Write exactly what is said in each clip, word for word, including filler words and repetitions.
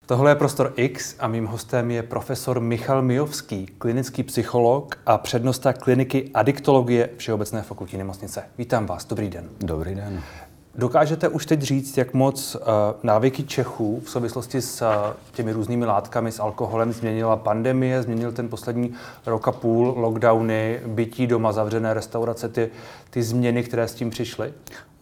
Tohle je Prostor X a mým hostem je profesor Michal Mijovský, klinický psycholog a přednosta kliniky adiktologie Všeobecné fakultní nemocnice. Vítám vás, dobrý den. Dobrý den. Dokážete už teď říct, jak moc uh, návyky Čechů v souvislosti s uh, těmi různými látkami, s alkoholem změnila pandemie, změnil ten poslední rok a půl, lockdowny, bytí doma, zavřené restaurace, ty, ty změny, které s tím přišly?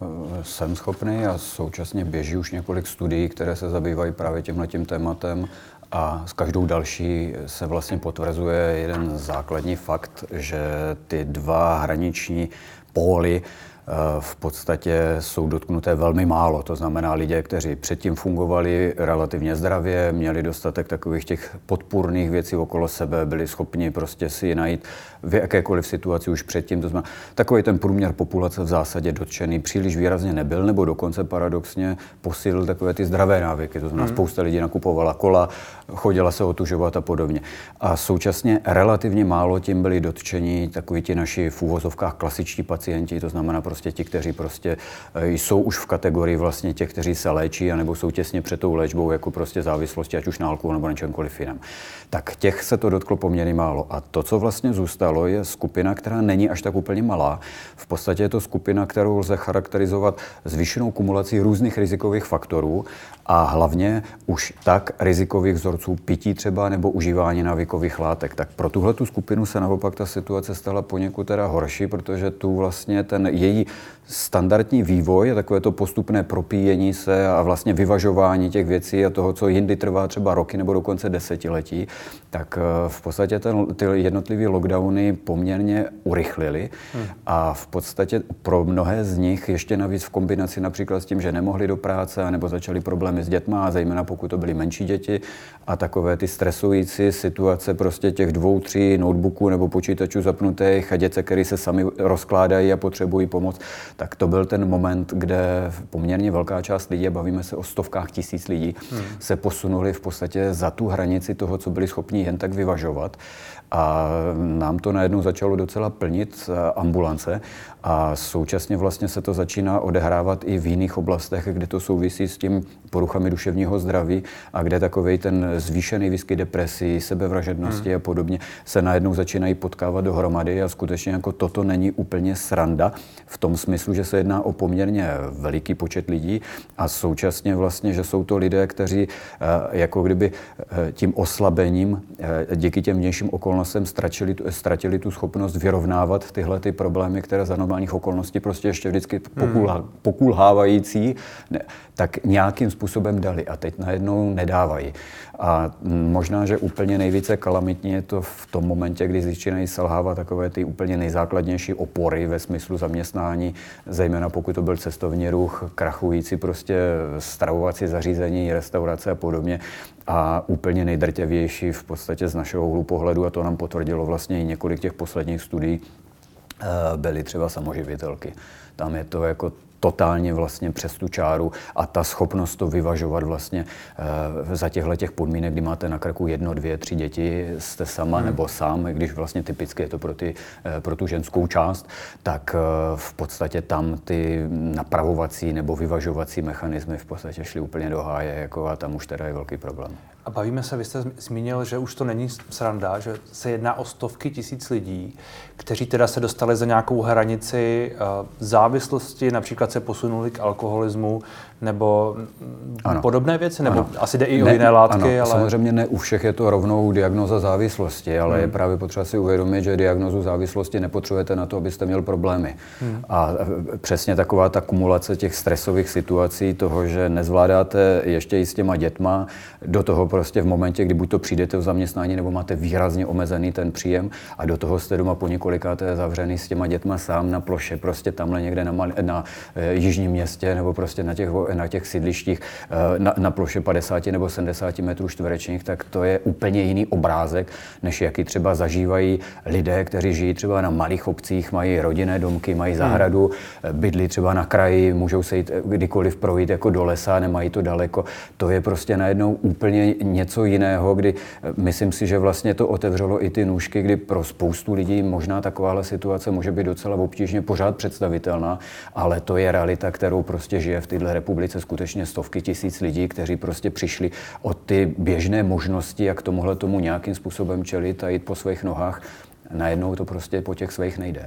Jsem schopný a současně běží už několik studií, které se zabývají právě tímhletím tématem a s každou další se vlastně potvrzuje jeden základní fakt, že ty dva hraniční póly v podstatě jsou dotknuté velmi málo. To znamená lidé, kteří předtím fungovali relativně zdravě, měli dostatek takových těch podpůrných věcí okolo sebe, byli schopni prostě si najít v jakékoliv situaci už předtím. To znamená, takový ten průměr populace v zásadě dotčený příliš výrazně nebyl, nebo dokonce paradoxně posílil takové ty zdravé návyky. To znamená, hmm. spousta lidí nakupovala kola, chodila se otužovat a podobně. A současně relativně málo tím byli dotčeni takoví ti naši v úvozovkách klasičtí pacienti, to znamená prostě ti, kteří prostě jsou už v kategorii vlastně těch, kteří se léčí, anebo jsou těsně před tou léčbou jako prostě závislosti, ať už na alkoholu nebo na čemkoliv jiném. Tak těch se to dotklo poměrně málo. A to, co vlastně zůstalo, je skupina, která není až tak úplně malá. V podstatě je to skupina, kterou lze charakterizovat zvýšenou kumulací různých rizikových faktorů a hlavně už tak rizikových vzorců pití třeba nebo užívání návykových látek. Tak pro tuhletu skupinu se naopak ta situace stala poněkud teda horší, protože tu vlastně ten její standardní vývoj, takové to postupné propíjení se a vlastně vyvažování těch věcí a toho, co jindy trvá třeba roky nebo dokonce desetiletí, tak v podstatě ten, ty jednotlivé lockdowny poměrně urychlily hmm. a v podstatě pro mnohé z nich ještě navíc v kombinaci například s tím, že nemohli do práce nebo začali problémy s dětma, a zejména pokud to byly menší děti a takové ty stresující situace prostě těch dvou, tří notebooků nebo počítačů zapnutých a dětce, které se sami rozkládají a potřebují pomoc, tak to byl ten moment, kde poměrně velká část lidí, bavíme se o stovkách tisíc lidí, hmm. se posunuli v podstatě za tu hranici toho, co byli schopni jen tak vyvažovat. A nám to najednou začalo docela plnit ambulance a současně vlastně se to začíná odehrávat i v jiných oblastech, kde to souvisí s tím poruchami duševního zdraví a kde takovej ten zvýšený výskyt depresí, sebevražednosti hmm. a podobně se najednou začínají potkávat dohromady a skutečně jako toto není úplně sranda v tom smyslu, že se jedná o poměrně veliký počet lidí a současně vlastně, že jsou to lidé, kteří jako kdyby tím oslabením díky těm vnějším okolnostem ztratili, ztratili tu schopnost vyrovnávat tyhle ty problémy, které za normálních okolností prostě ještě vždycky pokulhá, pokulhávající, ne, tak nějakým způsobem dali a teď najednou nedávají. A možná, že úplně nejvíce kalamitní je to v tom momentě, kdy začínají selhávat takové ty úplně nejzákladnější opory ve smyslu zaměstnání, zejména pokud to byl cestovní ruch, krachující prostě stravovací zařízení, restaurace a podobně. A úplně nejdrtěvější v podstatě z našeho úhlu pohledu, a to nám potvrdilo vlastně i několik těch posledních studií, byly třeba samoživitelky. Tam je to jako totálně vlastně přes tu čáru a ta schopnost to vyvažovat vlastně e, za těchto těch podmínek, kdy máte na krku jedno, dvě, tři děti, jste sama hmm. nebo sám, když vlastně typicky je to pro, ty, e, pro tu ženskou část, tak e, v podstatě tam ty napravovací nebo vyvažovací mechanismy v podstatě šly úplně do háje jako, a tam už teda je velký problém. A bavíme se, vy jste zmínil, že už to není sranda, že se jedná o stovky tisíc lidí, kteří teda se dostali za nějakou hranici uh, závislosti, například se posunuli k alkoholismu nebo ano. podobné věci, nebo ano. asi jde i o ne, jiné látky. Ano. Ale... Samozřejmě ne u všech je to rovnou diagnóza závislosti, ale hmm. je právě potřeba si uvědomit, že diagnózu závislosti nepotřebujete na to, abyste měl problémy. Hmm. A přesně taková ta kumulace těch stresových situací, toho, že nezvládáte ještě i s těma dětma, do toho prostě v momentě, kdy buď to přijdete v zaměstnání, nebo máte výrazně omezený ten příjem a do toho jste doma po několikáté zavřený s těma dětma sám na ploše, prostě tamhle někde na, na, na jižním městě nebo prostě na těch, na těch sídlištích na, na ploše padesát nebo sedmdesát metrů čtverečních, tak to je úplně jiný obrázek, než jaký třeba zažívají lidé, kteří žijí třeba na malých obcích, mají rodinné domky, mají zahradu, hmm. bydlí třeba na kraji, můžou se jít kdykoliv projít jako do lesa, nemají to daleko. To je prostě najednou úplně něco jiného, kdy myslím si, že vlastně to otevřelo i ty nůžky, kdy pro spoustu lidí možná takováhle situace může být docela obtížně pořád představitelná, ale to je je realita, kterou prostě žije v této republice skutečně stovky tisíc lidí, kteří prostě přišli o ty běžné možnosti, jak tomuhle tomu nějakým způsobem čelit a jít po svých nohách. Najednou to prostě po těch svých nejde.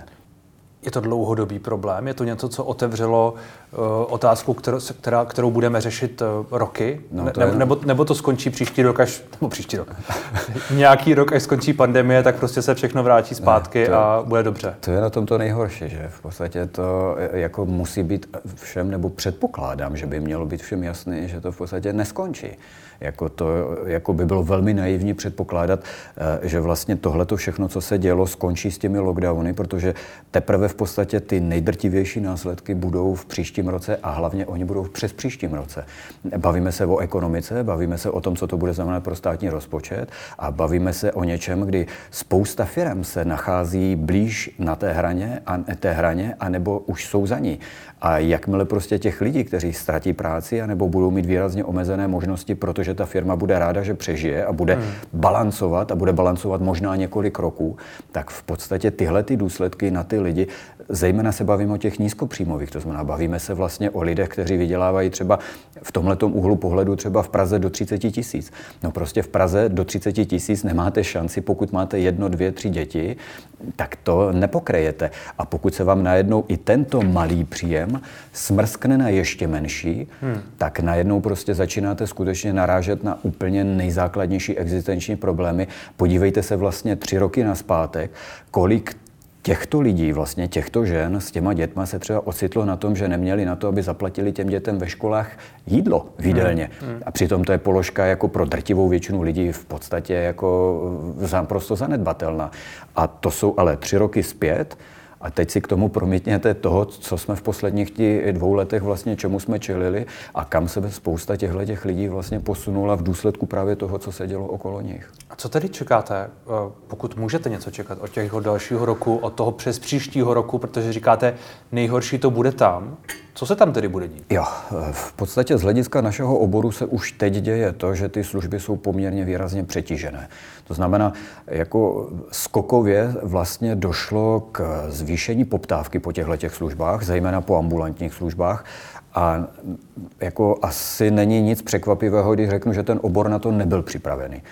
Je to dlouhodobý problém? Je to něco, co otevřelo uh, otázku, kterou, která, kterou budeme řešit uh, roky? No, ne, je... nebo, nebo to skončí příští rok, až... Nebo příští rok. Nějaký rok, až skončí pandemie, tak prostě se všechno vrátí zpátky ne, to, a bude dobře. To je na tom to nejhorší, že v podstatě to jako musí být všem, nebo předpokládám, že by mělo být všem jasný, že to v podstatě neskončí. Jako to jako by bylo velmi naivní předpokládat, že vlastně tohleto všechno, co se dělo, skončí s těmi lockdowny, protože teprve v podstatě ty nejdrtivější následky budou v příštím roce a hlavně oni budou v přes příštím roce. Bavíme se o ekonomice, bavíme se o tom, co to bude znamenat pro státní rozpočet a bavíme se o něčem, kdy spousta firem se nachází blíž na té hraně, a, té hraně anebo už jsou za ní. A jakmile prostě těch lidí, kteří ztratí práci anebo budou mít výrazně omezené možnosti, protože ta firma bude ráda, že přežije a bude hmm. balancovat a bude balancovat možná několik roků, tak v podstatě tyhle ty důsledky na ty lidi, zejména se bavíme o těch nízkopříjmových, to znamená, bavíme se vlastně o lidech, kteří vydělávají třeba v tomhletom úhlu pohledu třeba v Praze do třicet tisíc. No prostě v Praze do třicet tisíc nemáte šanci, pokud máte jedno, dvě, tři děti, tak to nepokrajete. A pokud se vám najednou i tento malý příjem smrskne na ještě menší, hmm. tak najednou prostě začínáte skutečně narážet na úplně nejzákladnější existenční problémy. Podívejte se vlastně tři roky nazpátek, kolik těchto lidí, vlastně těchto žen s těma dětma se třeba ocitlo na tom, že neměli na to, aby zaplatili těm dětem ve školách jídlo v jídelně. Hmm. A přitom to je položka jako pro drtivou většinu lidí v podstatě jako naprosto zanedbatelná. A to jsou ale tři roky zpět. A teď si k tomu promítněte toho, co jsme v posledních dvou letech vlastně čemu jsme čelili a kam se spousta těchto těch lidí vlastně posunula v důsledku právě toho, co se dělo okolo nich. A co tedy čekáte, pokud můžete něco čekat od těchto dalšího roku, od toho přes příštího roku, protože říkáte, nejhorší to bude tam. Co se tam tedy bude dít? Jo, v podstatě z hlediska našeho oboru se už teď děje to, že ty služby jsou poměrně výrazně přetížené. To znamená, jako skokově vlastně došlo k zvýšení poptávky po těchto službách, zejména po ambulantních službách. A jako asi není nic překvapivého, když řeknu, že ten obor na to nebyl připravený.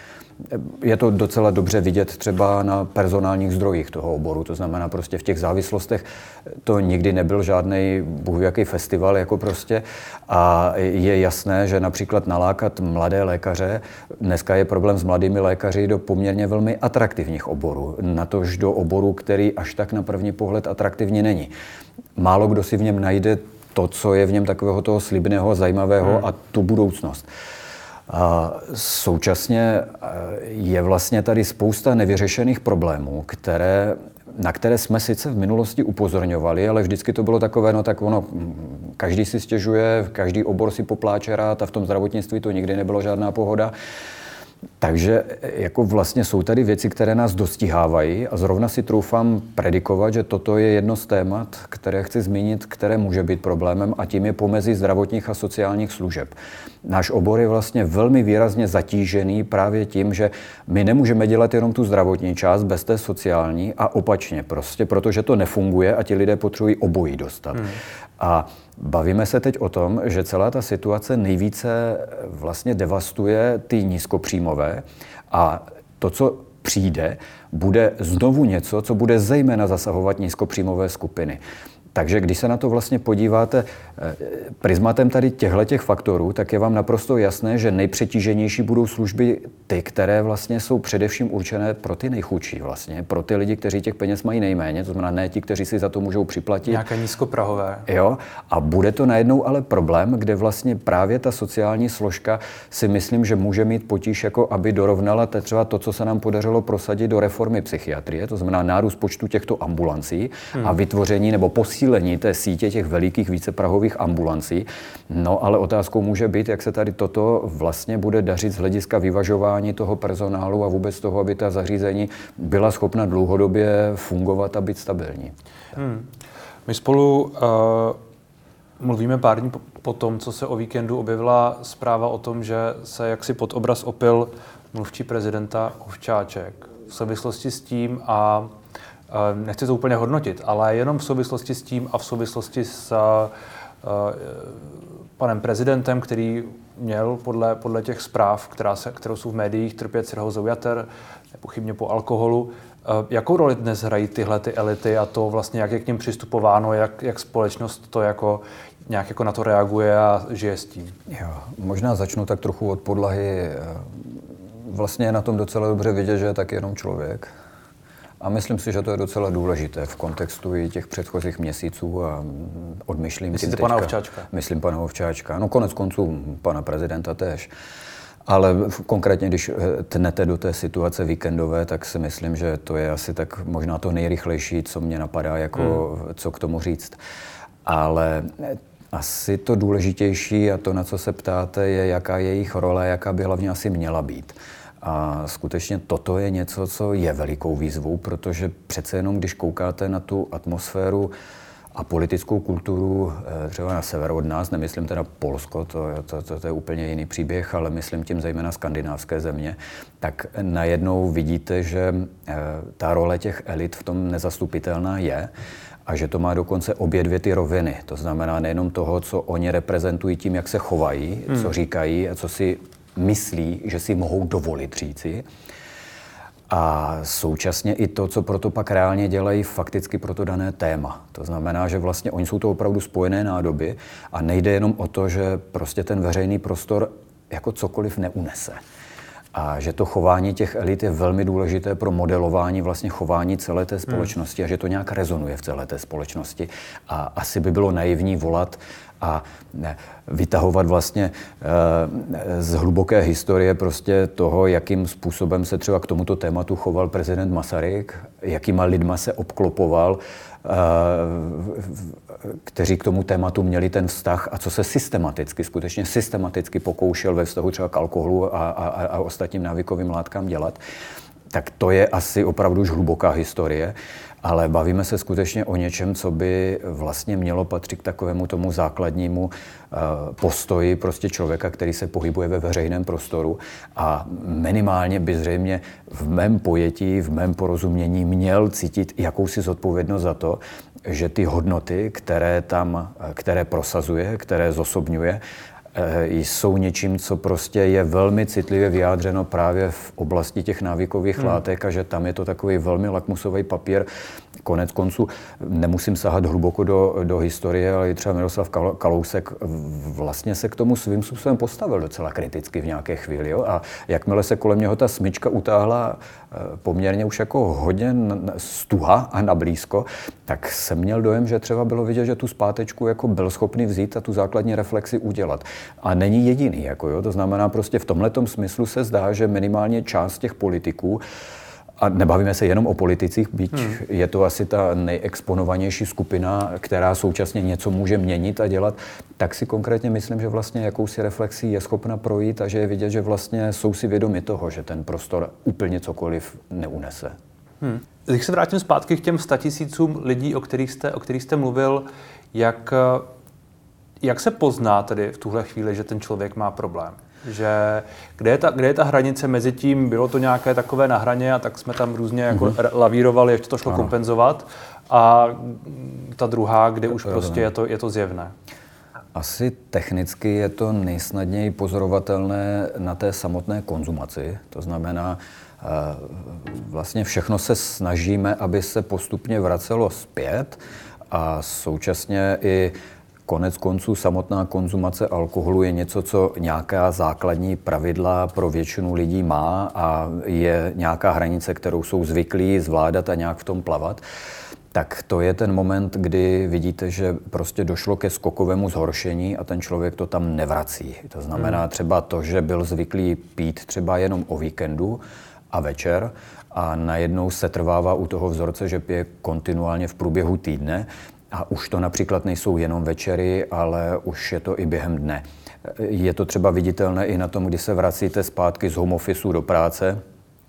Je to docela dobře vidět třeba na personálních zdrojích toho oboru, to znamená prostě v těch závislostech to nikdy nebyl žádnej bůhjaký festival jako prostě a je jasné, že například nalákat mladé lékaře, dneska je problém s mladými lékaři do poměrně velmi atraktivních oborů, natož do oboru, který až tak na první pohled atraktivní není. Málo kdo si v něm najde to, co je v něm takového toho slibného, zajímavého hmm. a tu budoucnost. A současně je vlastně tady spousta nevyřešených problémů, které, na které jsme sice v minulosti upozorňovali, ale vždycky to bylo takové, no tak ono, každý si stěžuje, každý obor si popláče rád a v tom zdravotnictví to nikdy nebylo žádná pohoda. Takže jako vlastně jsou tady věci, které nás dostihávají a zrovna si troufám predikovat, že toto je jedno z témat, které chci zmínit, které může být problémem a tím je pomezí zdravotních a sociálních služeb. Náš obor je vlastně velmi výrazně zatížený právě tím, že my nemůžeme dělat jenom tu zdravotní část bez té sociální a opačně prostě, protože to nefunguje a ti lidé potřebují obojí dostat. Hmm. A bavíme se teď o tom, že celá ta situace nejvíce vlastně devastuje ty nízkopříjmové a to, co přijde, bude znovu něco, co bude zejména zasahovat nízkopříjmové skupiny. Takže když se na to vlastně podíváte prismatem tady těchto faktorů, tak je vám naprosto jasné, že nejpřetíženější budou služby ty, které vlastně jsou především určené pro ty nejchudší vlastně, pro ty lidi, kteří těch peněz mají nejméně, to znamená ne ti, kteří si za to můžou připlatit. Nějaké nízkoprahové. Jo, a bude to najednou ale problém, kde vlastně právě ta sociální složka si myslím, že může mít potíž, jako aby dorovnala třeba to, co se nám podařilo prosadit do reformy psychiatrie, to znamená nárůst počtu těchto ambulancí hmm. a vytvoření nebo posílení té sítě těch velikých víceprahových ambulancí. No ale otázkou může být, jak se tady toto vlastně bude dařit z hlediska vyvažování toho personálu a vůbec toho, aby ta zařízení byla schopna dlouhodobě fungovat a být stabilní. Hmm. My spolu uh, mluvíme pár dní po, po tom, co se o víkendu objevila zpráva o tom, že se jaksi pod obraz opil mluvčí prezidenta Ovčáček. V souvislosti s tím a nechci to úplně hodnotit, ale jenom v souvislosti s tím a v souvislosti s panem prezidentem, který měl podle, podle těch zpráv, která se, kterou jsou v médiích, trpět cirhózou jater, nepochybně po alkoholu. Jakou roli dnes hrají tyhle ty elity a to vlastně, jak je k nim přistupováno, jak, jak společnost to jako nějak jako na to reaguje a žije s tím? Jo, možná začnu tak trochu od podlahy. Vlastně je na tom docela dobře vidět, že je tak jenom člověk. A myslím si, že to je docela důležité v kontextu i těch předchozích měsíců a odmyšlím Myslíte tím teďka. pana Ovčáčka? Myslím pana Ovčáčka. No konec konců pana prezidenta též. Ale konkrétně, když tnete do té situace víkendové, tak si myslím, že to je asi tak možná to nejrychlejší, co mě napadá, jako hmm. co k tomu říct. Ale asi to důležitější a to, na co se ptáte, je, jaká je jejich role, jaká by hlavně asi měla být. A skutečně toto je něco, co je velikou výzvou, protože přece jenom, když koukáte na tu atmosféru a politickou kulturu třeba na sever od nás, nemyslím teda Polsko, to, to, to, to je úplně jiný příběh, ale myslím tím zejména skandinávské země, tak najednou vidíte, že ta role těch elit v tom nezastupitelná je a že to má dokonce obě dvě ty roviny. To znamená nejenom toho, co oni reprezentují tím, jak se chovají, hmm. co říkají a co si myslí, že si mohou dovolit říci. A současně i to, co proto pak reálně dělají fakticky pro to dané téma. To znamená, že vlastně oni jsou to opravdu spojené nádoby a nejde jenom o to, že prostě ten veřejný prostor jako cokoliv neunese. A že to chování těch elit je velmi důležité pro modelování vlastně chování celé té společnosti hmm. a že to nějak rezonuje v celé té společnosti. A asi by bylo naivní volat a vytahovat vlastně e, z hluboké historie prostě toho, jakým způsobem se třeba k tomuto tématu choval prezident Masaryk, jakýma lidma se obklopoval, e, kteří k tomu tématu měli ten vztah a co se systematicky, skutečně systematicky pokoušel ve vztahu třeba k alkoholu a, a, a ostatním návykovým látkám dělat. Tak to je asi opravdu už hluboká historie, ale bavíme se skutečně o něčem, co by vlastně mělo patřit k takovému tomu základnímu uh, postoji prostě člověka, který se pohybuje ve veřejném prostoru a minimálně by zřejmě v mém pojetí, v mém porozumění měl cítit jakousi zodpovědnost za to, že ty hodnoty, které tam, které prosazuje, které zosobňuje, jsou něčím, co prostě je velmi citlivě vyjádřeno právě v oblasti těch návykových hmm. látek a že tam je to takový velmi lakmusový papír. Konec konců nemusím sahat hluboko do, do historie, ale i třeba Miroslav Kalousek vlastně se k tomu svým způsobem postavil docela kriticky v nějaké chvíli. Jo? A jakmile se kolem něho ta smyčka utáhla poměrně už jako hodně stuha a nablízko, tak jsem měl dojem, že třeba bylo vidět, že tu zpátečku jako byl schopný vzít a tu základní reflexi udělat. A není jediný, jako jo, to znamená prostě v tomhletom smyslu se zdá, že minimálně část těch politiků, a nebavíme se jenom o politicích, byť hmm. je to asi ta nejexponovanější skupina, která současně něco může měnit a dělat, tak si konkrétně myslím, že vlastně jakousi reflexí je schopna projít a že je vidět, že vlastně jsou si vědomi toho, že ten prostor úplně cokoliv neunese. Hmm. Když se vrátím zpátky k těm statisícům lidí, o kterých jste, o kterých jste mluvil, jak, jak se pozná tedy v tuhle chvíli, že ten člověk má problém? Že kde je, ta, kde je ta hranice mezi tím, bylo to nějaké takové na hraně a tak jsme tam různě jako mm-hmm. lavírovali, ještě to šlo ano. kompenzovat a ta druhá, kde už Rozumím. prostě je to, je to zjevné. Asi technicky je to nejsnadněji pozorovatelné na té samotné konzumaci, to znamená, vlastně všechno se snažíme, aby se postupně vracelo zpět a současně i konec konců samotná konzumace alkoholu je něco, co nějaká základní pravidla pro většinu lidí má a je nějaká hranice, kterou jsou zvyklí zvládat a nějak v tom plavat. Tak to je ten moment, kdy vidíte, že prostě došlo ke skokovému zhoršení a ten člověk to tam nevrací. To znamená třeba to, že byl zvyklý pít třeba jenom o víkendu a večer a najednou se trvává u toho vzorce, že pije kontinuálně v průběhu týdne. A už to například nejsou jenom večery, ale už je to i během dne. Je to třeba viditelné i na tom, kdy se vracíte zpátky z home officeu do práce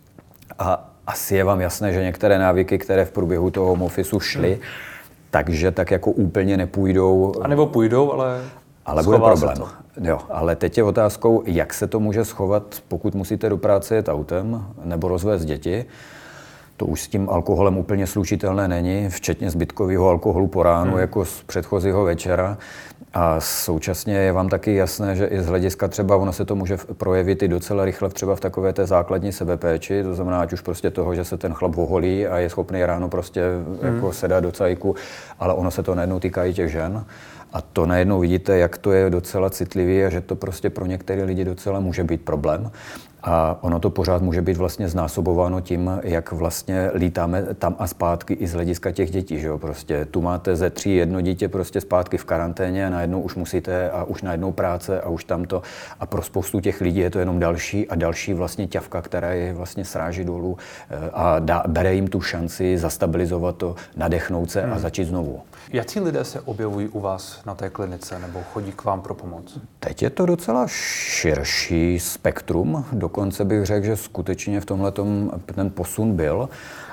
a asi je vám jasné, že některé návyky, které v průběhu toho home officeu šly, hmm. takže tak jako úplně nepůjdou. A nebo půjdou, ale ale bude problém. Jo, ale teď je otázkou, jak se to může schovat, pokud musíte do práce jet autem nebo rozvést děti. to už s tím alkoholem úplně slučitelné není, včetně zbytkového alkoholu po ránu, hmm. jako z předchozího večera. A současně je vám taky jasné, že i z hlediska třeba ono se to může projevit i docela rychle třeba v takové té základní sebepéči, to znamená ať už prostě toho, že se ten chlap hoholí a je schopný ráno prostě hmm. jako sedat do cajku, ale ono se to najednou týká i těch žen. A to najednou vidíte, jak to je docela citlivý a že to prostě pro některé lidi docela může být problém. A ono to pořád může být vlastně znásobováno tím, jak vlastně lítáme tam a zpátky i z hlediska těch dětí, že jo, prostě tu máte ze tří jedno dítě prostě zpátky v karanténě a najednou už musíte a už najednou práce a už tamto a pro spoustu těch lidí je to jenom další a další vlastně ťavka, která je vlastně sráží dolů a dá, bere jim tu šanci zastabilizovat to, nadechnout se hmm. a začít znovu. Jací lidé se objevují u vás na té klinice nebo chodí k vám pro pomoc? Teď je to docela širší spektrum, dokonce bych řekl, že skutečně v tomhletom ten posun byl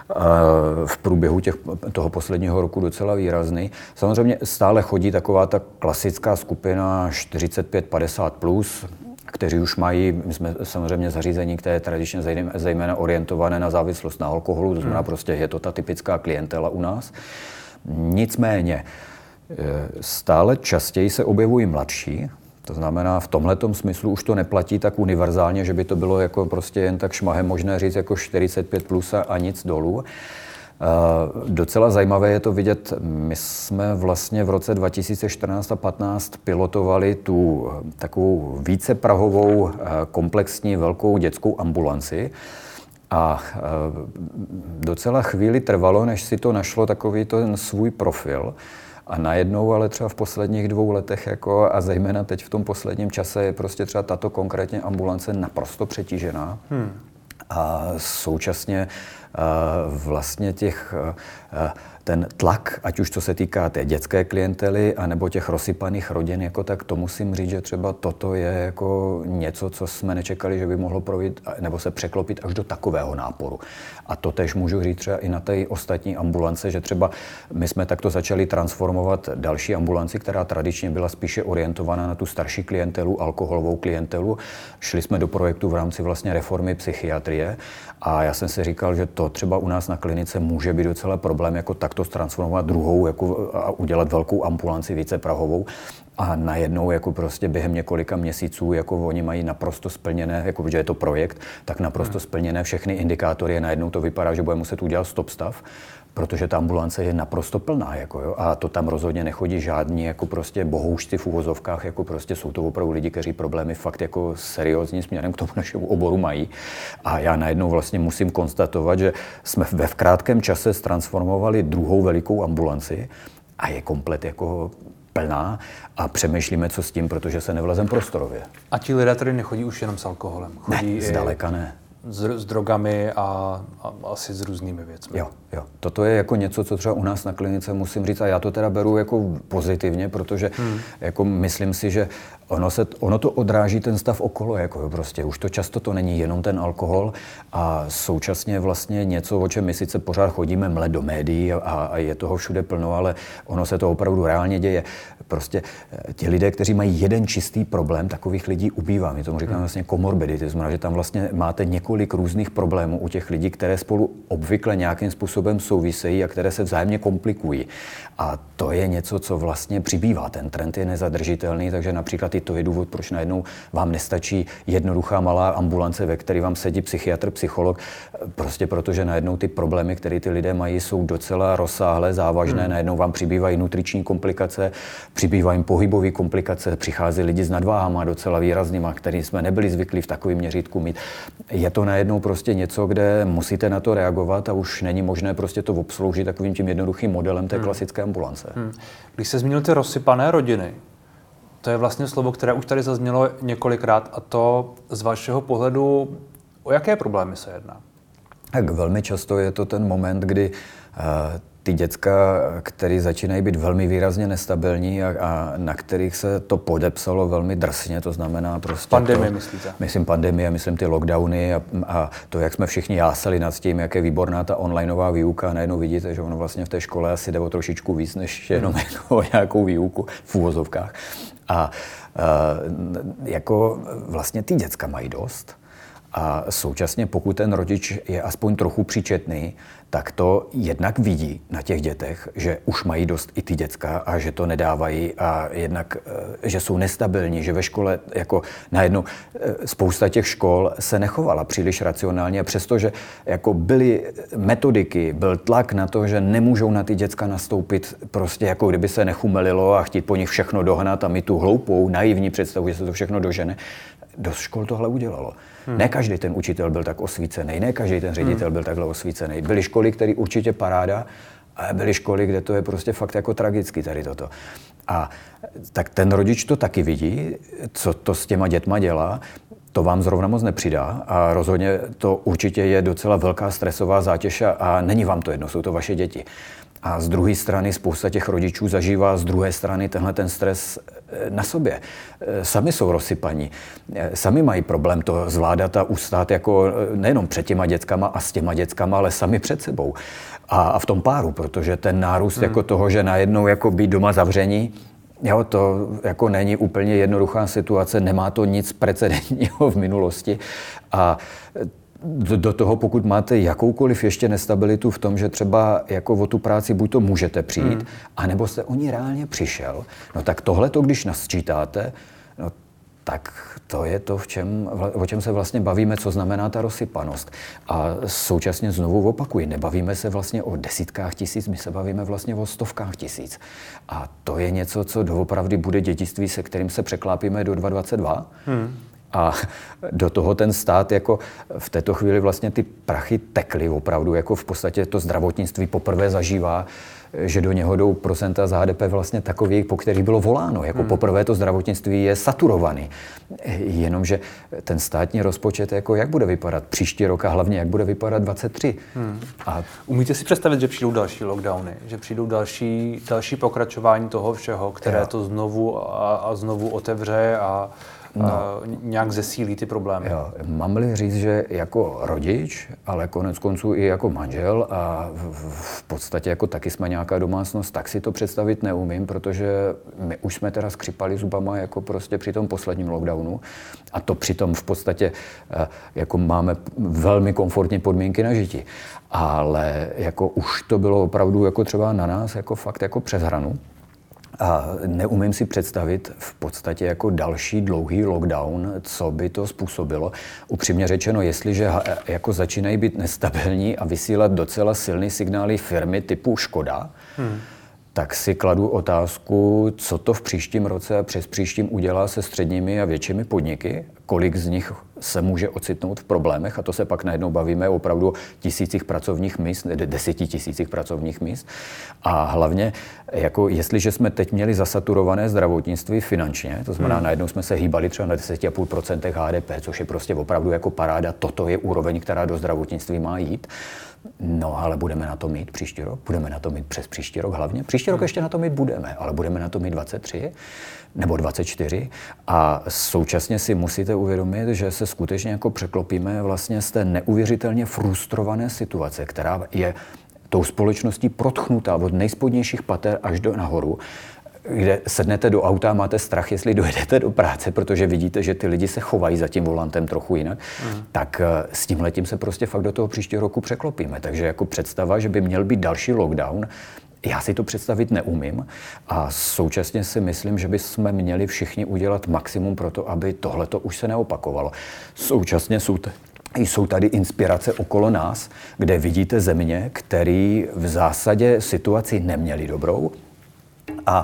v průběhu těch, toho posledního roku docela výrazný. Samozřejmě stále chodí taková ta klasická skupina čtyřicet pět padesát plus, kteří už mají, my jsme samozřejmě zařízení, které je tradičně zejména orientované na závislost na alkoholu, to znamená prostě je to ta typická klientela u nás. Nicméně stále častěji se objevují mladší, to znamená v tomhletom smyslu už to neplatí tak univerzálně, že by to bylo jako prostě jen tak šmahem možné říct jako čtyřicet pět plus a nic dolů. Uh, docela zajímavé je to vidět, my jsme vlastně v roce dva tisíce čtrnáct a patnáct pilotovali tu takovou víceprahovou uh, komplexní velkou dětskou ambulanci. A docela chvíli trvalo, než si to našlo takový ten svůj profil. A najednou, ale třeba v posledních dvou letech, jako, a zejména teď v tom posledním čase, je prostě třeba tato konkrétně ambulance naprosto přetížená. Hmm. A současně vlastně těch, ten tlak, ať už co se týká té dětské klientely, anebo těch rozsypaných rodin, jako tak, to musím říct, že třeba toto je jako něco, co jsme nečekali, že by mohlo projít, nebo se překlopit až do takového náporu. A to tež můžu říct třeba i na té ostatní ambulance, že třeba my jsme takto začali transformovat další ambulanci, která tradičně byla spíše orientovaná na tu starší klientelu, alkoholovou klientelu. Šli jsme do projektu v rámci vlastně reformy psychiatrie a já jsem si říkal, že to třeba u nás na klinice může být docela problém, jako takto transformovat druhou jako, a udělat velkou ambulanci víceprahovou. A najednou jako prostě během několika měsíců, jako oni mají naprosto splněné, jako že je to projekt, tak naprosto hmm. splněné všechny indikátory. Najednou to vypadá, že bude muset udělat stop stav, protože ta ambulance je naprosto plná, jako jo, a to tam rozhodně nechodí žádní jako prostě bohoušci v uvozovkách, jako prostě jsou to opravdu lidi, kteří problémy fakt jako seriózním směrem k tomu našemu oboru mají. A já najednou vlastně musím konstatovat, že jsme ve v krátkém čase ztransformovali druhou velikou ambulanci a je komplet jako plná a přemýšlíme, co s tím, protože se nevlezem prostorově. A ti lidé tady nechodí už jenom s alkoholem? Chodí ne, zdaleka ne. S, s drogami a, a asi s různými věcmi. Jo, jo. Toto je jako něco, co třeba u nás na klinice musím říct, a já to teda beru jako pozitivně, protože hmm. jako myslím si, že ono, se, ono to odráží ten stav okolo, jako prostě už to často to není jenom ten alkohol a současně vlastně něco, o čem my sice pořád chodíme mle do médií a, a je toho všude plno, ale ono se to opravdu reálně děje. Prostě ti lidé, kteří mají jeden čistý problém, takových lidí ubývá. My tomu říkáme vlastně komorbidity, to znamená, že tam vlastně máte několik různých problémů u těch lidí, které spolu obvykle nějakým způsobem souvisejí a které se vzájemně komplikují. A to je něco, co vlastně přibývá. Ten trend je nezadržitelný, takže například i to je důvod, proč najednou vám nestačí jednoduchá malá ambulance, ve které vám sedí psychiatr, psycholog, prostě protože najednou ty problémy, které ty lidé mají, jsou docela rozsáhlé, závažné, hmm. najednou vám přibývají nutriční komplikace, přibývají pohybové komplikace, přichází lidi s nadváhama docela výraznýma, který jsme nebyli zvyklí v takovém měřítku mít. Je to najednou prostě něco, kde musíte na to reagovat a už není možné prostě to obsloužit takovým tím jednoduchým modelem té hmm. klasické ambulance. Hmm. Když se zmínil ty rozsypané rodiny, to je vlastně slovo, které už tady zaznělo několikrát, a to z vašeho pohledu, o jaké problémy se jedná? Tak velmi často je to ten moment, kdy uh, ty děcka, které začínají být velmi výrazně nestabilní a, a na kterých se to podepsalo velmi drsně, to znamená prostě... Pandemie to, myslíte? Myslím pandemie, myslím ty lockdowny a, a to, jak jsme všichni jásali nad tím, jak je výborná ta onlineová výuka, a najednou vidíte, že ono vlastně v té škole asi jde o trošičku víc, než jenom hmm. jako nějakou výuku v uvozovkách. A, a jako vlastně ty děcka mají dost. A současně, pokud ten rodič je aspoň trochu příčetný, tak to jednak vidí na těch dětech, že už mají dost i ty děcka a že to nedávají a jednak, že jsou nestabilní, že ve škole jako najednou spousta těch škol se nechovala příliš racionálně, přestože jako byly metodiky, byl tlak na to, že nemůžou na ty děcka nastoupit prostě jako kdyby se nechumelilo a chtít po nich všechno dohnat a mít tu hloupou, naivní představu, že se to všechno dožene. Dost škol tohle udělalo. Hmm. Ne každý ten učitel byl tak osvícený, ne každý ten ředitel hmm. byl takhle osvícený. Byly školy, které určitě paráda, ale byly školy, kde to je prostě fakt jako tragický tady toto. A tak ten rodič to taky vidí, co to s těma dětma dělá, to vám zrovna moc nepřidá a rozhodně to určitě je docela velká stresová zátěž a není vám to jedno, jsou to vaše děti. A z druhé strany spousta těch rodičů zažívá z druhé strany tenhle ten stres na sobě. Sami jsou rozsypaní. Sami mají problém to zvládat a ustát jako nejenom před těma dětskama a s těma dětskama, ale sami před sebou. A, a v tom páru, protože ten nárůst hmm. jako toho, že najednou jako být doma zavření, jo, to jako není úplně jednoduchá situace, nemá to nic precedentního v minulosti. A do toho, pokud máte jakoukoliv ještě nestabilitu v tom, že třeba jako o tu práci buď to můžete přijít, hmm. anebo jste o ní reálně přišel, no tak tohleto, když nasčítáte, no tak to je to, v čem, o čem se vlastně bavíme, co znamená ta rozsypanost. A současně znovu opakuji, nebavíme se vlastně o desítkách tisíc, my se bavíme vlastně o stovkách tisíc. A to je něco, co doopravdy bude dědictví, se kterým se překlápíme do dvacet dva. Hmm. A do toho ten stát jako v této chvíli vlastně ty prachy tekly opravdu, jako v podstatě to zdravotnictví poprvé zažívá, že do něho jdou procenta z H D P vlastně takový, po kterých bylo voláno. Jako hmm. poprvé to zdravotnictví je saturovaný. Jenomže ten státní rozpočet, jako jak bude vypadat příští rok a hlavně jak bude vypadat dvacet tři. Hmm. A umíte si představit, že přijdou další lockdowny, že přijdou další, další pokračování toho všeho, které jo. to znovu a, a znovu otevře a No. nějak zesílí ty problémy. Jo, mám-li říct, že jako rodič, ale konec konců i jako manžel a v, v podstatě jako taky jsme nějaká domácnost, tak si to představit neumím, protože my už jsme teda skřipali zubama jako prostě při tom posledním lockdownu a to přitom v podstatě jako máme velmi komfortní podmínky na žití. Ale jako už to bylo opravdu jako třeba na nás jako fakt jako přes hranu. A neumím si představit v podstatě jako další dlouhý lockdown, co by to způsobilo. Upřímně řečeno, jestliže jako začínají být nestabilní a vysílat docela silný signály firmy typu Škoda, hmm. tak si kladu otázku, co to v příštím roce a přes příštím udělá se středními a většími podniky, kolik z nich se může ocitnout v problémech a to se pak najednou bavíme opravdu tisících pracovních míst, deseti tisících pracovních míst. A hlavně, jako jestliže jsme teď měli zasaturované zdravotnictví finančně, to znamená, hmm. najednou jsme se hýbali třeba na deset celá pět procenta H D P, což je prostě opravdu jako paráda, toto je úroveň, která do zdravotnictví má jít. No, ale budeme na to mít příští rok, budeme na to mít přes příští rok hlavně. Příští rok ještě na to mít budeme, ale budeme na to mít dvacet tři nebo dvacet čtyři a současně si musíte uvědomit, že se skutečně jako překlopíme vlastně z té neuvěřitelně frustrované situace, která je tou společností protchnutá od nejspodnějších pater až do nahoru, kde sednete do auta a máte strach, jestli dojedete do práce, protože vidíte, že ty lidi se chovají za tím volantem trochu jinak, mm. tak s tímhletím se prostě fakt do toho příštího roku překlopíme. Takže jako představa, že by měl být další lockdown, já si to představit neumím a současně si myslím, že bychom měli všichni udělat maximum pro to, aby tohleto už se neopakovalo. Současně jsou t- Jsou tady inspirace okolo nás, kde vidíte země, které v zásadě situaci neměly dobrou a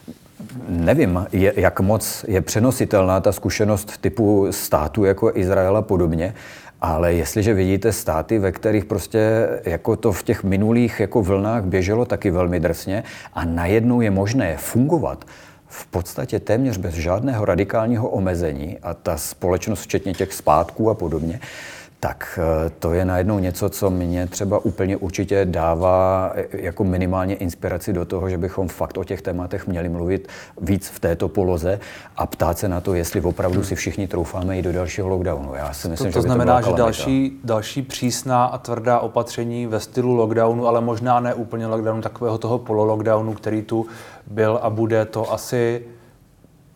nevím, je, jak moc je přenositelná ta zkušenost typu států jako Izrael a podobně, ale jestliže vidíte státy, ve kterých prostě jako to v těch minulých jako vlnách běželo taky velmi drsně a najednou je možné fungovat v podstatě téměř bez žádného radikálního omezení a ta společnost, včetně těch zpátků a podobně, tak to je najednou něco, co mě třeba úplně určitě dává jako minimálně inspiraci do toho, že bychom fakt o těch tématech měli mluvit víc v této poloze a ptát se na to, jestli opravdu si všichni troufáme i do dalšího lockdownu. Já si myslím, to, to že by znamená, to byla že další, další přísná a tvrdá opatření ve stylu lockdownu, ale možná ne úplně lockdownu, takového toho pololockdownu, který tu byl a bude, to asi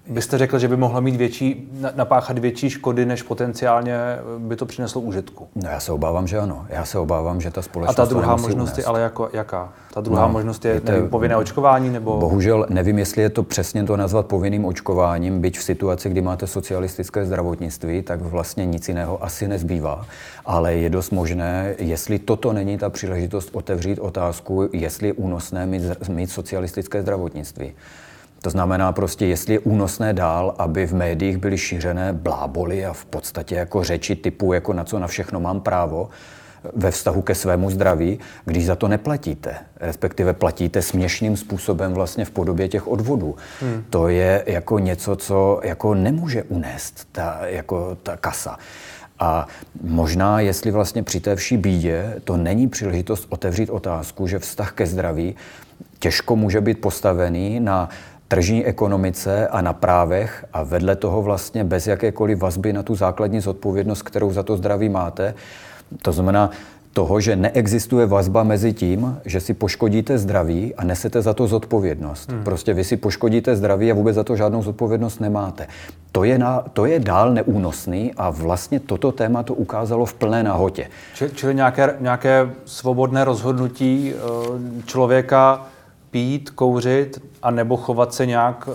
byste řekl, že by mohlo mít větší, napáchat větší škody, než potenciálně by to přineslo užitku? No já se obávám, že ano. Já se obávám, že ta společnost. A ta druhá možnost unést. je ale jako, jaká? Ta druhá no, možnost je, je to, nevím, povinné očkování nebo... Bohužel nevím, jestli je to přesně to nazvat povinným očkováním, byť v situaci, kdy máte socialistické zdravotnictví, tak vlastně nic jiného asi nezbývá. Ale je dost možné, jestli toto není ta příležitost otevřít otázku, jestli je únosné mít, mít socialistické zdravotnictví. To znamená prostě, jestli je únosné dál, aby v médiích byly šířené bláboly a v podstatě jako řeči typu, jako na co na všechno mám právo ve vztahu ke svému zdraví, když za to neplatíte. Respektive platíte směšným způsobem vlastně v podobě těch odvodů. Hmm. To je jako něco, co jako nemůže unést ta, jako ta kasa. A možná, jestli vlastně při té vší bídě to není příležitost otevřít otázku, že vztah ke zdraví těžko může být postavený na tržní ekonomice a na právech a vedle toho vlastně bez jakékoliv vazby na tu základní zodpovědnost, kterou za to zdraví máte. To znamená toho, že neexistuje vazba mezi tím, že si poškodíte zdraví a nesete za to zodpovědnost. Hmm. Prostě vy si poškodíte zdraví a vůbec za to žádnou zodpovědnost nemáte. To je, na, to je dál neúnosný a vlastně toto téma to ukázalo v plné nahotě. Čili, čili nějaké, nějaké svobodné rozhodnutí člověka pít, kouřit a nebo chovat se nějak...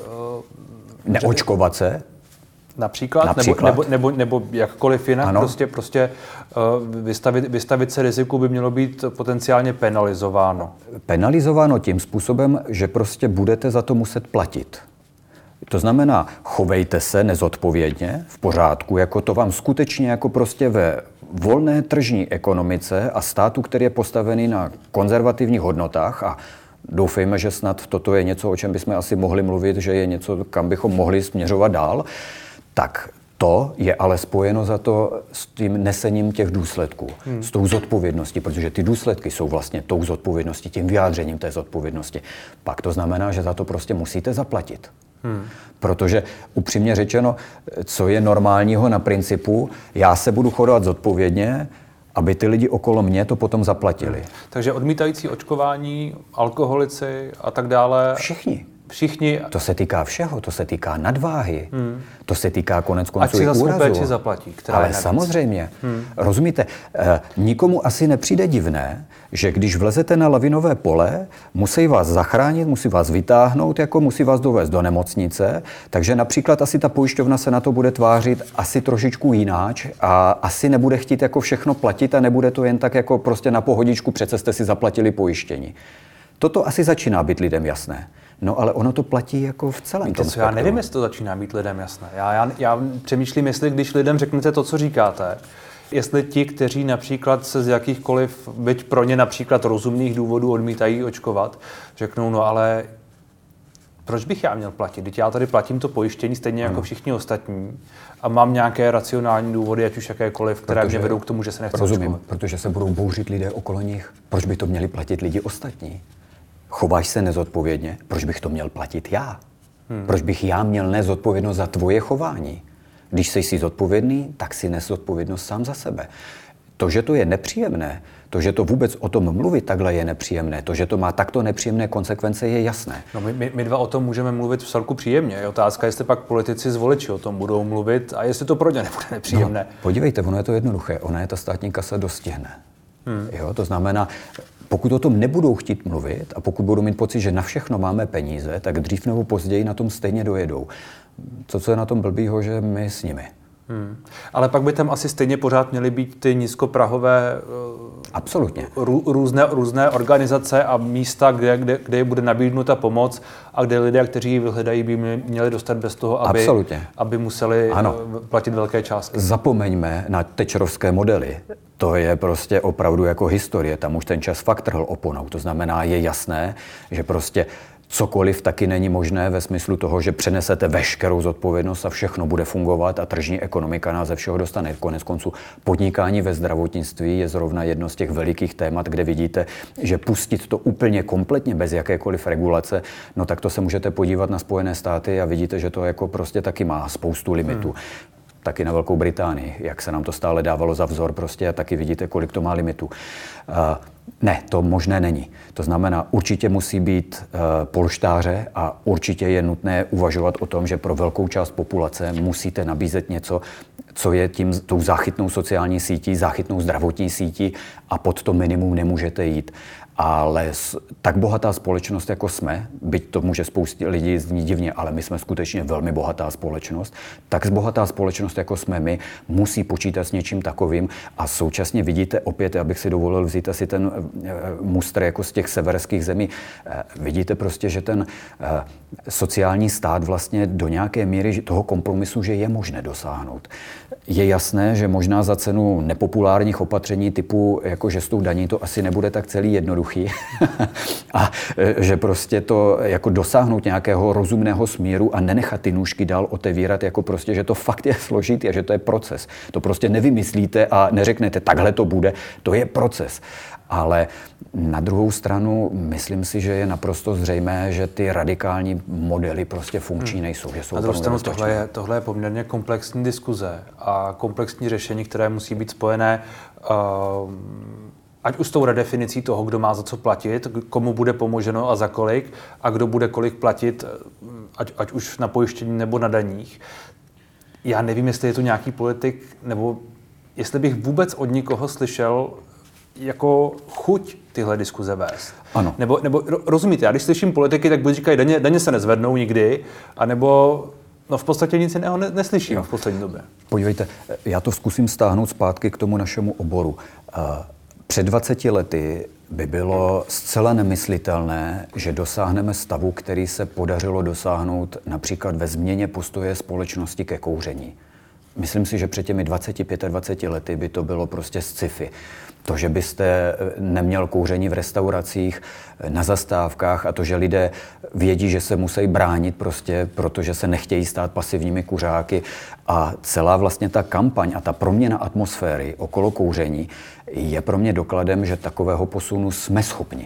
Neočkovat se. Například, Například. Nebo, nebo, nebo, nebo jakkoliv jinak, ano. prostě, prostě vystavit, vystavit se riziku by mělo být potenciálně penalizováno. Penalizováno tím způsobem, že prostě budete za to muset platit. To znamená, chovejte se nezodpovědně, v pořádku, jako to vám skutečně jako prostě ve volné tržní ekonomice a státu, který je postavený na konzervativních hodnotách a doufejme, že snad toto je něco, o čem bychom asi mohli mluvit, že je něco, kam bychom mohli směřovat dál, tak to je ale spojeno za to s tím nesením těch důsledků, hmm. s tou zodpovědností, protože ty důsledky jsou vlastně tou zodpovědností, tím vyjádřením té zodpovědnosti. Pak to znamená, že za to prostě musíte zaplatit. Hmm. Protože upřímně řečeno, co je normálního na principu, já se budu chovat zodpovědně, aby ty lidi okolo mě to potom zaplatili. Hmm. Takže odmítající očkování, alkoholici a tak dále. Všichni. Všichni. To se týká všeho, to se týká nadváhy, hmm. to se týká konec konců i úrazu. Ať si za svou péči zaplatí. Ale samozřejmě, hmm. rozumíte, eh, nikomu asi nepřijde divné, že když vlezete na lavinové pole, musí vás zachránit, musí vás vytáhnout, jako musí vás dovést do nemocnice, takže například asi ta pojišťovna se na to bude tvářit asi trošičku jináč a asi nebude chtít jako všechno platit a nebude to jen tak jako prostě na pohodičku, přece jste si zaplatili pojištění. Toto asi začíná být lidem jasné. No ale ono to platí jako v celém Víte tom co, spektru. Já nevím, jestli to začíná být lidem jasné. Já, já, já přemýšlím, jestli když lidem řeknete to, co říkáte, jestli ti, kteří například se z jakýchkoliv, byť pro ně například rozumných důvodů odmítají očkovat, řeknou, no ale proč bych já měl platit? Teď já tady platím to pojištění stejně jako všichni ostatní a mám nějaké racionální důvody, ať už jakékoliv, které protože, mě vedou k tomu, že se nechci rozumím, očkovat. Protože se budou bouřit lidé okolo nich. Proč by to měli platit lidi ostatní? Chováš se nezodpovědně, proč bych to měl platit já? Hmm. Proč bych já měl nést zodpovědnost za tvoje chování? Když jsi si zodpovědný, tak si nes zodpovědnost sám za sebe. To, že to je nepříjemné, to, že to vůbec o tom mluvit takhle je nepříjemné, to, že to má takto nepříjemné konsekvence, je jasné. No my, my, my dva o tom můžeme mluvit v celku příjemně. Je otázka, jestli pak politici z voliči o tom budou mluvit a jestli to pro ně nebude nepříjemné. No, podívejte, ono je to jednoduché. Ona je ta státní kasa dostihne. Hmm. Jo, to znamená, pokud o tom nebudou chtít mluvit a pokud budou mít pocit, že na všechno máme peníze, tak dřív nebo později na tom stejně dojedou. To, co je na tom blbýho, že my s nimi. Hmm. Ale pak by tam asi stejně pořád měly být ty nízkoprahové absolutně. Rů, různé, různé organizace a místa, kde, kde, kde bude nabídnuta pomoc a kde lidé, kteří ji vyhledají, by měli dostat bez toho, aby, aby museli ano. platit velké částky. Zapomeňme na tečerovské modely. To je prostě opravdu jako historie. Tam už ten čas fakt trhl oponou. To znamená, je jasné, že prostě cokoliv taky není možné ve smyslu toho, že přenesete veškerou zodpovědnost a všechno bude fungovat a tržní ekonomika nás ze všeho dostane. Konec konců podnikání ve zdravotnictví je zrovna jedno z těch velikých témat, kde vidíte, že pustit to úplně kompletně bez jakékoliv regulace, no tak to se můžete podívat na Spojené státy a vidíte, že to jako prostě taky má spoustu limitů. Hmm. Taky na Velkou Británii, jak se nám to stále dávalo za vzor prostě a taky vidíte, kolik to má limitů. Ne, to možné není. To znamená, určitě musí být e, polštáře a určitě je nutné uvažovat o tom, že pro velkou část populace musíte nabízet něco, co je tím, tou záchytnou sociální sítí, záchytnou zdravotní sítí a pod to minimum nemůžete jít. Ale tak bohatá společnost, jako jsme, byť to může spoustě lidí znít divně, ale my jsme skutečně velmi bohatá společnost, tak bohatá společnost, jako jsme my, musí počítat s něčím takovým a současně vidíte opět, abych si dovolil vzít asi ten mustr jako z těch severských zemí, vidíte prostě, že ten sociální stát vlastně do nějaké míry toho kompromisu, že je možné dosáhnout. Je jasné, že možná za cenu nepopulárních opatření typu, jako že s tou daní to asi nebude tak celý jednoduchý a že prostě to jako dosáhnout nějakého rozumného smíru a nenechat ty nůžky dál otevírat, jako prostě, že to fakt je složitý a že to je proces. To prostě nevymyslíte a neřeknete, takhle to bude, to je proces. Ale na druhou stranu myslím si, že je naprosto zřejmé, že ty radikální modely prostě funkční nejsou. Že jsou na druhou stranu tohle je, tohle je poměrně komplexní diskuze a komplexní řešení, které musí být spojené uh, ať už s tou redefinicí toho, kdo má za co platit, komu bude pomoženo a za kolik a kdo bude kolik platit, ať, ať už na pojištění nebo na daních. Já nevím, jestli je to nějaký politik, nebo jestli bych vůbec od nikoho slyšel jako chuť tyhle diskuze vést. Ano. Nebo, nebo rozumíte, já když slyším politiky, tak buď říkají, daně, daně se nezvednou nikdy, anebo no v podstatě nic jiného ne, neslyším jo. v poslední době. Podívejte, já to zkusím stáhnout zpátky k tomu našemu oboru. Před dvaceti lety by bylo zcela nemyslitelné, že dosáhneme stavu, který se podařilo dosáhnout například ve změně postoje společnosti ke kouření. Myslím si, že před těmi dvaceti, dvaceti pěti lety by to bylo prostě sci-fi. To, že byste neměl kouření v restauracích, na zastávkách a to, že lidé vědí, že se musí bránit prostě, protože se nechtějí stát pasivními kuřáky a celá vlastně ta kampaň a ta proměna atmosféry okolo kouření je pro mě dokladem, že takového posunu jsme schopni.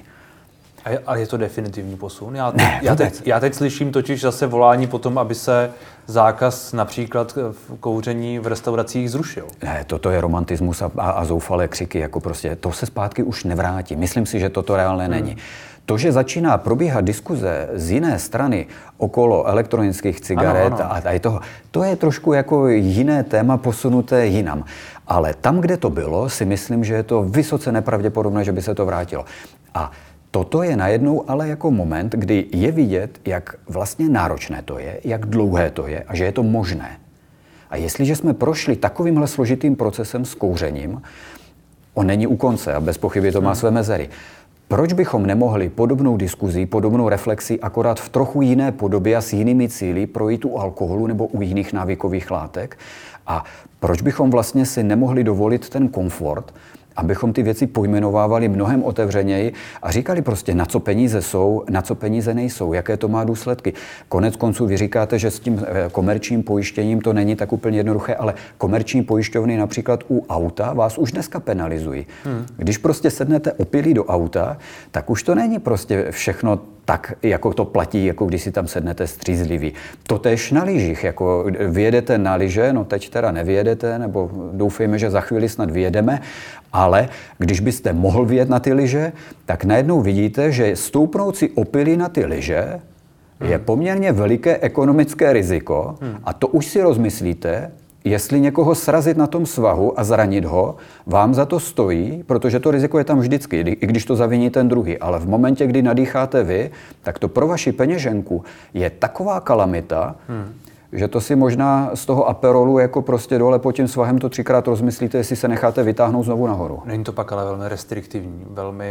Ale je to definitivní posun? Já, ne, já, teď, já teď slyším totiž zase volání potom, aby se zákaz například kouření v restauracích zrušil. Ne, toto je romantismus a, a, a zoufalé křiky, jako prostě to se zpátky už nevrátí. Myslím si, že toto reálné hmm. není. To, že začíná probíhat diskuze z jiné strany okolo elektronických cigaret ano, ano. a tady toho, to je trošku jako jiné téma posunuté jinam. Ale tam, kde to bylo, si myslím, že je to vysoce nepravděpodobné, že by se to vrátilo. A toto je najednou ale jako moment, kdy je vidět, jak vlastně náročné to je, jak dlouhé to je a že je to možné. A jestliže jsme prošli takovýmhle složitým procesem s kouřením, on není u konce a bez pochyby to má své mezery. Proč bychom nemohli podobnou diskuzí, podobnou reflexi akorát v trochu jiné podobě a s jinými cíli projít u alkoholu nebo u jiných návykových látek? A proč bychom vlastně si nemohli dovolit ten komfort, abychom ty věci pojmenovávali mnohem otevřeněji a říkali prostě, na co peníze jsou, na co peníze nejsou, jaké to má důsledky. Konec konců vy říkáte, že s tím komerčním pojištěním to není tak úplně jednoduché, ale komerční pojišťovny například u auta vás už dneska penalizují. Hmm. Když prostě sednete opilí do auta, tak už to není prostě všechno tak, jako to platí, jako když si tam sednete střízlivý. Totéž na lyžích, jako vyjedete na lyže, no teď teda nevyjedete, nebo doufejme, že za chvíli snad vyjedeme, ale když byste mohl vyjet na ty lyže, tak najednou vidíte, že stoupnout si opilí na ty lyže hmm. je poměrně veliké ekonomické riziko hmm. a to už si rozmyslíte, jestli někoho srazit na tom svahu a zranit ho, vám za to stojí, protože to riziko je tam vždycky, i když to zaviní ten druhý. Ale v momentě, kdy nadýcháte vy, tak to pro vaši peněženku je taková kalamita, hmm. že to si možná z toho aperolu jako prostě dole pod tím svahem to třikrát rozmyslíte, jestli se necháte vytáhnout znovu nahoru. Není to pak ale velmi restriktivní, velmi...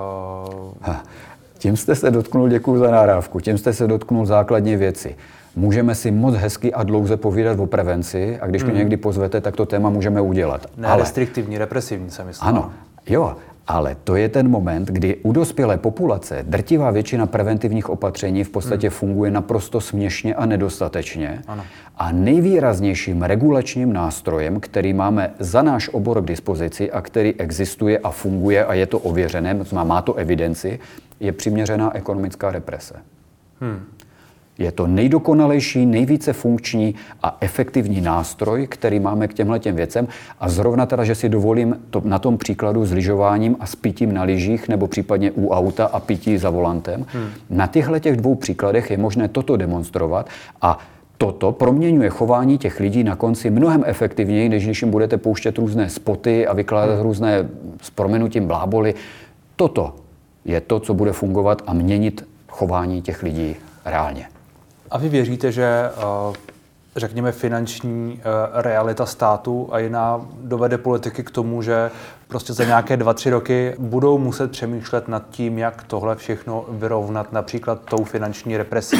Uh... Ha, tím jste se dotknul, děkuju za nahrávku, tím jste se dotknul základní věci. Můžeme si moc hezky a dlouze povídat o prevenci a když to mm. někdy pozvete, tak to téma můžeme udělat. Ne, ale... restriktivní, represivní se myslí. Ano, jo, ale to je ten moment, kdy u dospělé populace drtivá většina preventivních opatření v podstatě mm. funguje naprosto směšně a nedostatečně. Ano. A nejvýraznějším regulačním nástrojem, který máme za náš obor k dispozici a který existuje a funguje a je to ověřené, má to evidenci, je přiměřená ekonomická represe. Hmm. Je to nejdokonalejší, nejvíce funkční a efektivní nástroj, který máme k těmhletěm věcem. A zrovna teda, že si dovolím to na tom příkladu s lyžováním a s pitím na lyžích nebo případně u auta a pití za volantem. Hmm. Na těchto těch dvou příkladech je možné toto demonstrovat a toto proměňuje chování těch lidí na konci mnohem efektivněji, než když jim budete pouštět různé spoty a vykládat hmm. různé s prominutím bláboly. Toto je to, co bude fungovat a měnit chování těch lidí reálně. A vy věříte, že řekněme finanční realita státu a jiná dovede politiky k tomu, že prostě za nějaké dva, tři roky budou muset přemýšlet nad tím, jak tohle všechno vyrovnat například tou finanční represí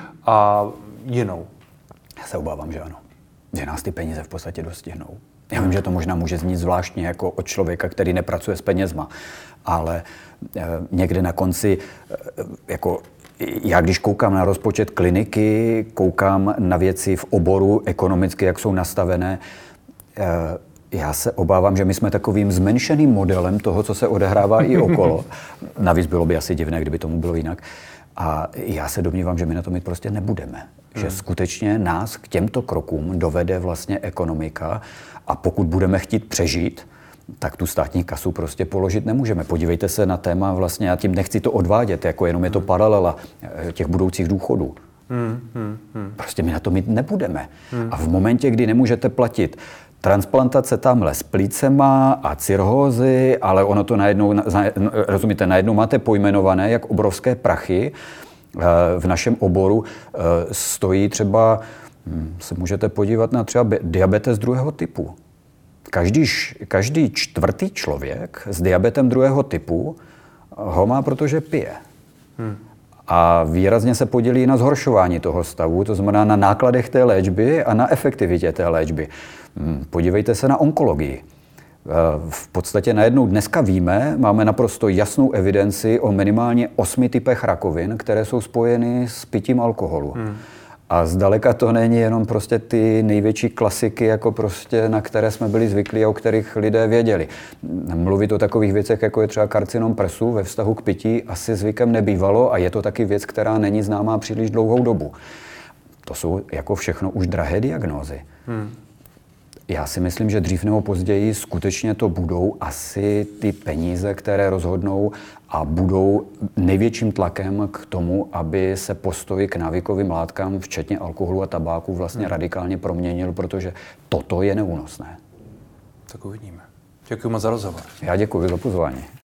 a jinou? Já se obávám, že ano. Že nás ty peníze v podstatě dostihnou. Já vím, že to možná může znít zvláštně jako od člověka, který nepracuje s penězma, ale e, někde na konci, e, jako já když koukám na rozpočet kliniky, koukám na věci v oboru ekonomicky, jak jsou nastavené, e, já se obávám, že my jsme takovým zmenšeným modelem toho, co se odehrává i okolo. Navíc bylo by asi divné, kdyby tomu bylo jinak. A já se domnívám, že my na to mít prostě nebudeme. Hmm. Že skutečně nás k těmto krokům dovede vlastně ekonomika a pokud budeme chtít přežít, tak tu státní kasu prostě položit nemůžeme. Podívejte se na téma vlastně, já tím nechci to odvádět, jako jenom je to paralela těch budoucích důchodů. Hmm, hmm, hmm. Prostě my na to mít nebudeme. Hmm. A v momentě, kdy nemůžete platit transplantace tamhle s plícema a cirhózy, ale ono to najednou, rozumíte, najednou máte pojmenované, jak obrovské prachy v našem oboru stojí třeba, se můžete podívat na třeba diabetes druhého typu. Každý, každý čtvrtý člověk s diabetem druhého typu ho má, protože pije. Hmm. A výrazně se podílí na zhoršování toho stavu, to znamená na nákladech té léčby a na efektivitě té léčby. Podívejte se na onkologii. V podstatě najednou dneska víme, máme naprosto jasnou evidenci o minimálně osmi typech rakovin, které jsou spojeny s pitím alkoholu. Hmm. A zdaleka to není jenom prostě ty největší klasiky, jako prostě, na které jsme byli zvyklí a o kterých lidé věděli. Mluvit o takových věcech, jako je třeba karcinom prsu ve vztahu k pití, asi zvykem nebývalo a je to taky věc, která není známá příliš dlouhou dobu. To jsou jako všechno už drahé diagnózy. Hmm. Já si myslím, že dřív nebo později skutečně to budou asi ty peníze, které rozhodnou a budou největším tlakem k tomu, aby se postoj k návykovým látkám, včetně alkoholu a tabáku, vlastně hmm. radikálně proměnil, protože toto je neúnosné. Tak uvidíme. Děkuji moc za rozhovor. Já děkuji za pozvání.